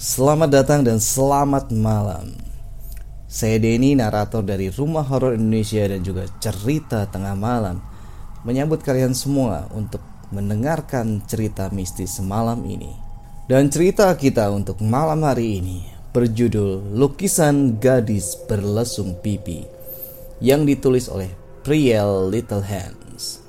Selamat datang dan selamat malam. Saya Denny, narator dari Rumah Horor Indonesia dan juga Cerita Tengah Malam, menyambut kalian semua untuk mendengarkan cerita mistis malam ini. Dan cerita kita untuk malam hari ini berjudul Lukisan Gadis Berlesung Pipi, yang ditulis oleh Priel Little Hands.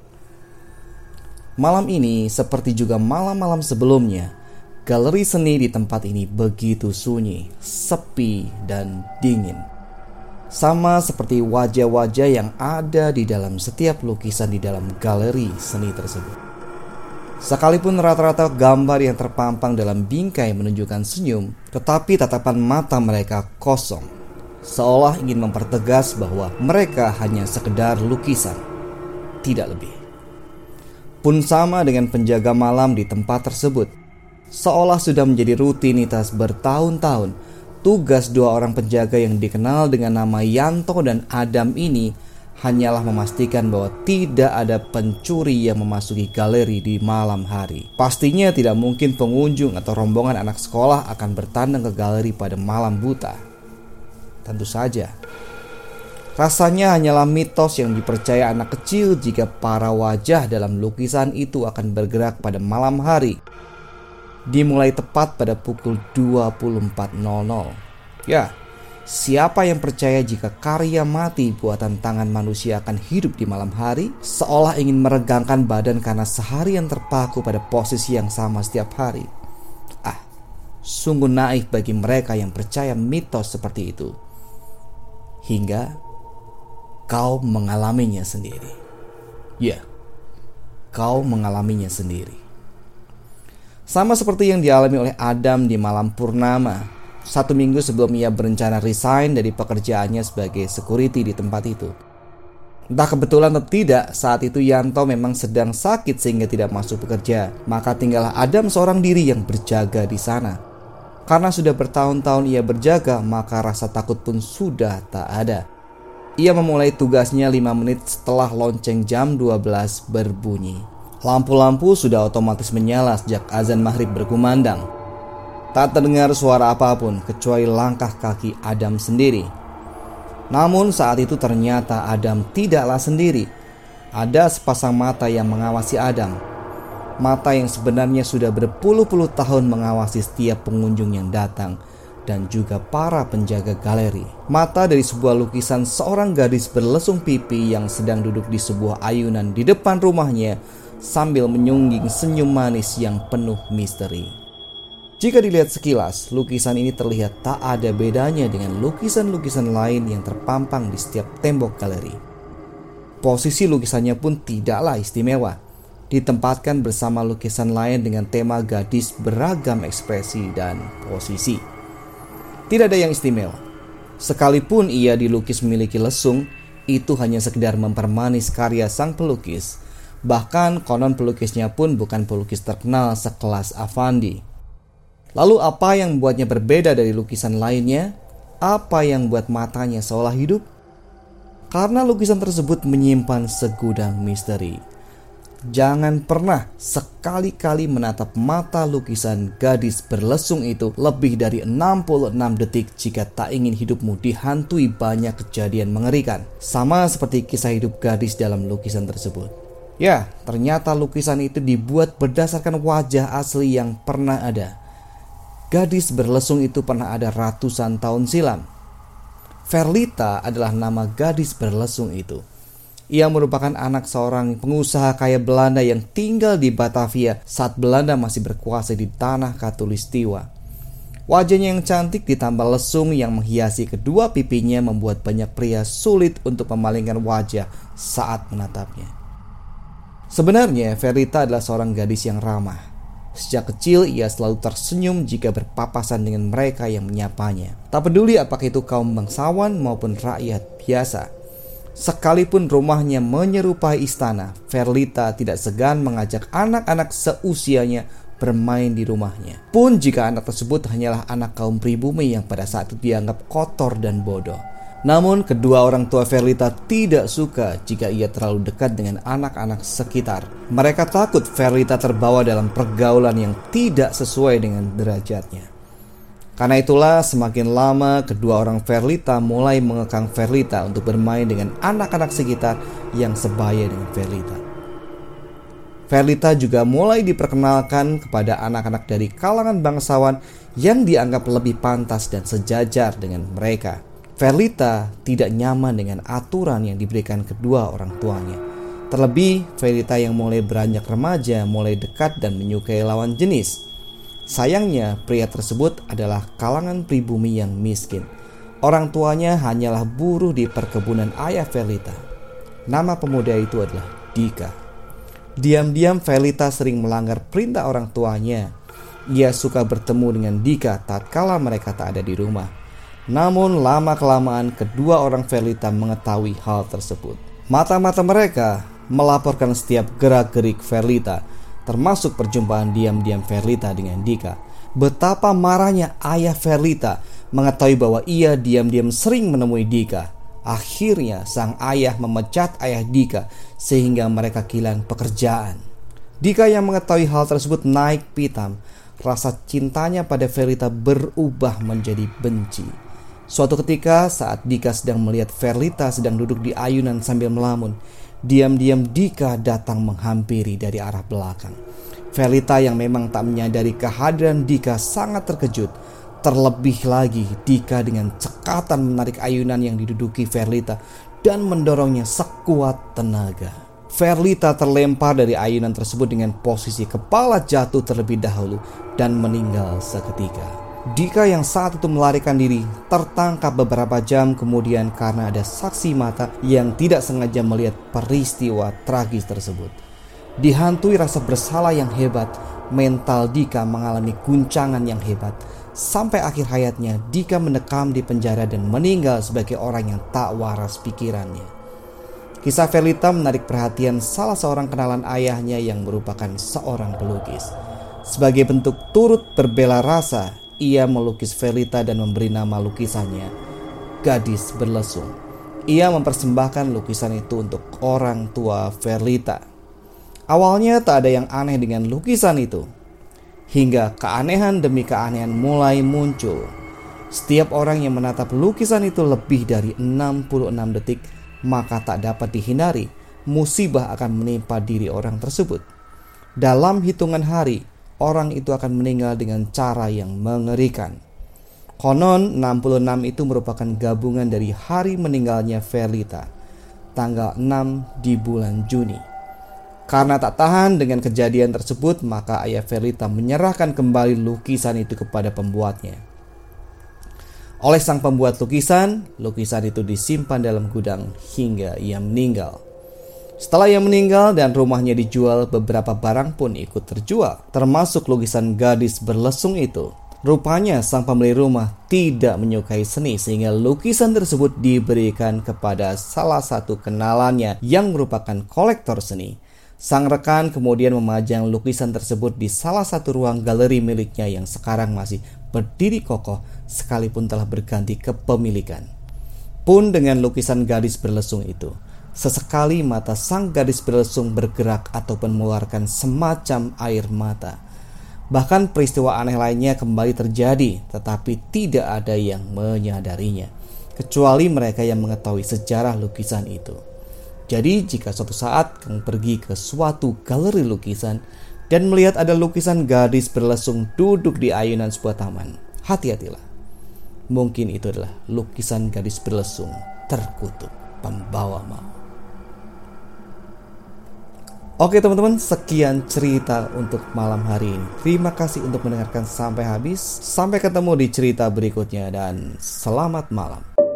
Malam ini, seperti juga malam-malam sebelumnya, galeri seni di tempat ini begitu sunyi, sepi, dan dingin. Sama seperti wajah-wajah yang ada di dalam setiap lukisan di dalam galeri seni tersebut. Sekalipun rata-rata gambar yang terpampang dalam bingkai menunjukkan senyum, tetapi tatapan mata mereka kosong, seolah ingin mempertegas bahwa mereka hanya sekedar lukisan, tidak lebih. Pun sama dengan penjaga malam di tempat tersebut. Seolah sudah menjadi rutinitas bertahun-tahun, tugas dua orang penjaga yang dikenal dengan nama Yanto dan Adam ini hanyalah memastikan bahwa tidak ada pencuri yang memasuki galeri di malam hari. Pastinya tidak mungkin pengunjung atau rombongan anak sekolah akan bertandang ke galeri pada malam buta. Tentu saja. Rasanya hanyalah mitos yang dipercaya anak kecil jika para wajah dalam lukisan itu akan bergerak pada malam hari, dimulai tepat pada pukul 24.00. Ya, siapa yang percaya jika karya mati buatan tangan manusia akan hidup di malam hari, seolah ingin meregangkan badan karena seharian terpaku pada posisi yang sama setiap hari? Sungguh naif bagi mereka yang percaya mitos seperti itu. Hingga kau mengalaminya sendiri. Ya, kau mengalaminya sendiri. Sama seperti yang dialami oleh Adam di malam purnama, 1 minggu sebelum ia berencana resign dari pekerjaannya sebagai security di tempat itu. Entah kebetulan atau tidak, saat itu Yanto memang sedang sakit sehingga tidak masuk bekerja. Maka tinggallah Adam seorang diri yang berjaga di sana. Karena sudah bertahun-tahun ia berjaga, maka rasa takut pun sudah tak ada. Ia memulai tugasnya 5 menit setelah lonceng jam 12 berbunyi. Lampu-lampu sudah otomatis menyala sejak azan maghrib berkumandang. Tak terdengar suara apapun kecuali langkah kaki Adam sendiri. Namun saat itu ternyata Adam tidaklah sendiri. Ada sepasang mata yang mengawasi Adam. Mata yang sebenarnya sudah berpuluh-puluh tahun mengawasi setiap pengunjung yang datang dan juga para penjaga galeri. Mata dari sebuah lukisan seorang gadis berlesung pipi yang sedang duduk di sebuah ayunan di depan rumahnya sambil menyungging senyum manis yang penuh misteri. Jika dilihat sekilas, lukisan ini terlihat tak ada bedanya dengan lukisan-lukisan lain yang terpampang di setiap tembok galeri. Posisi lukisannya pun tidaklah istimewa, ditempatkan bersama lukisan lain dengan tema gadis beragam ekspresi dan posisi. Tidak ada yang istimewa. Sekalipun ia dilukis memiliki lesung, itu hanya sekedar mempermanis karya sang pelukis. Bahkan konon pelukisnya pun bukan pelukis terkenal sekelas Avandi. Lalu apa yang membuatnya berbeda dari lukisan lainnya? Apa yang membuat matanya seolah hidup? Karena lukisan tersebut menyimpan segudang misteri. Jangan pernah sekali-kali menatap mata lukisan gadis berlesung itu lebih dari 66 detik jika tak ingin hidupmu dihantui banyak kejadian mengerikan. Sama seperti kisah hidup gadis dalam lukisan tersebut. Ya, ternyata lukisan itu dibuat berdasarkan wajah asli yang pernah ada. Gadis berlesung itu pernah ada ratusan tahun silam. Verlita adalah nama gadis berlesung itu. Ia merupakan anak seorang pengusaha kaya Belanda yang tinggal di Batavia saat Belanda masih berkuasa di tanah Katulistiwa. Wajahnya yang cantik ditambah lesung yang menghiasi kedua pipinya membuat banyak pria sulit untuk memalingkan wajah saat menatapnya. Sebenarnya Verita adalah seorang gadis yang ramah. Sejak kecil ia selalu tersenyum jika berpapasan dengan mereka yang menyapanya. Tak peduli apakah itu kaum bangsawan maupun rakyat biasa. Sekalipun rumahnya menyerupai istana, Verlita tidak segan mengajak anak-anak seusianya bermain di rumahnya. Pun jika anak tersebut hanyalah anak kaum pribumi yang pada saat itu dianggap kotor dan bodoh. Namun kedua orang tua Verlita tidak suka jika ia terlalu dekat dengan anak-anak sekitar. Mereka takut Verlita terbawa dalam pergaulan yang tidak sesuai dengan derajatnya. Karena itulah semakin lama kedua orang Verlita mulai mengekang Verlita untuk bermain dengan anak-anak sekitar yang sebaya dengan Verlita. Verlita juga mulai diperkenalkan kepada anak-anak dari kalangan bangsawan yang dianggap lebih pantas dan sejajar dengan mereka. Verlita tidak nyaman dengan aturan yang diberikan kedua orang tuanya. Terlebih, Verlita yang mulai beranjak remaja mulai dekat dan menyukai lawan jenis. Sayangnya, pria tersebut adalah kalangan pribumi yang miskin. Orang tuanya hanyalah buruh di perkebunan ayah Verlita. Nama pemuda itu adalah Dika. Diam-diam Verlita sering melanggar perintah orang tuanya. Ia suka bertemu dengan Dika tatkala mereka tak ada di rumah. Namun lama-kelamaan kedua orang Verlita mengetahui hal tersebut. Mata-mata mereka melaporkan setiap gerak-gerik Verlita, termasuk perjumpaan diam-diam Verlita dengan Dika. Betapa marahnya ayah Verlita mengetahui bahwa ia diam-diam sering menemui Dika. Akhirnya sang ayah memecat ayah Dika sehingga mereka kehilangan pekerjaan. Dika yang mengetahui hal tersebut naik pitam. Rasa cintanya pada Verlita berubah menjadi benci. Suatu ketika saat Dika sedang melihat Verlita sedang duduk di ayunan sambil melamun, diam-diam Dika datang menghampiri dari arah belakang. Verlita yang memang tak menyadari kehadiran Dika sangat terkejut. Terlebih lagi Dika dengan cekatan menarik ayunan yang diduduki Verlita dan mendorongnya sekuat tenaga. Verlita terlempar dari ayunan tersebut dengan posisi kepala jatuh terlebih dahulu dan meninggal seketika. Dika yang saat itu melarikan diri tertangkap beberapa jam kemudian karena ada saksi mata yang tidak sengaja melihat peristiwa tragis tersebut. Dihantui rasa bersalah yang hebat, mental Dika mengalami guncangan yang hebat. Sampai akhir hayatnya Dika mendekam di penjara dan meninggal sebagai orang yang tak waras pikirannya. Kisah Verlita menarik perhatian salah seorang kenalan ayahnya yang merupakan seorang pelukis. Sebagai bentuk turut berbela rasa, ia melukis Verlita dan memberi nama lukisannya Gadis Berlesung. Ia mempersembahkan lukisan itu untuk orang tua Verlita. Awalnya tak ada yang aneh dengan lukisan itu, hingga keanehan demi keanehan mulai muncul. Setiap orang yang menatap lukisan itu lebih dari 66 detik, maka tak dapat dihindari musibah akan menimpa diri orang tersebut. Dalam hitungan hari, orang itu akan meninggal dengan cara yang mengerikan. Konon 66 itu merupakan gabungan dari hari meninggalnya Verlita, tanggal 6 di bulan Juni. Karena tak tahan dengan kejadian tersebut, maka ayah Verlita menyerahkan kembali lukisan itu kepada pembuatnya. Oleh sang pembuat lukisan itu disimpan dalam gudang hingga ia meninggal. Setelah ia meninggal dan rumahnya dijual, beberapa barang pun ikut terjual, termasuk lukisan Gadis Berlesung itu. Rupanya sang pemilik rumah tidak menyukai seni sehingga lukisan tersebut diberikan kepada salah satu kenalannya yang merupakan kolektor seni. Sang rekan kemudian memajang lukisan tersebut di salah satu ruang galeri miliknya yang sekarang masih berdiri kokoh sekalipun telah berganti kepemilikan. Pun dengan lukisan Gadis Berlesung itu, sesekali mata sang gadis berlesung bergerak ataupun mengeluarkan semacam air mata. Bahkan peristiwa aneh lainnya kembali terjadi, tetapi tidak ada yang menyadarinya, kecuali mereka yang mengetahui sejarah lukisan itu. Jadi jika suatu saat kamu pergi ke suatu galeri lukisan dan melihat ada lukisan gadis berlesung duduk di ayunan sebuah taman, hati-hatilah. Mungkin itu adalah lukisan gadis berlesung terkutuk pembawa maut. Oke teman-teman, sekian cerita untuk malam hari ini. Terima kasih untuk mendengarkan sampai habis. Sampai ketemu di cerita berikutnya dan selamat malam.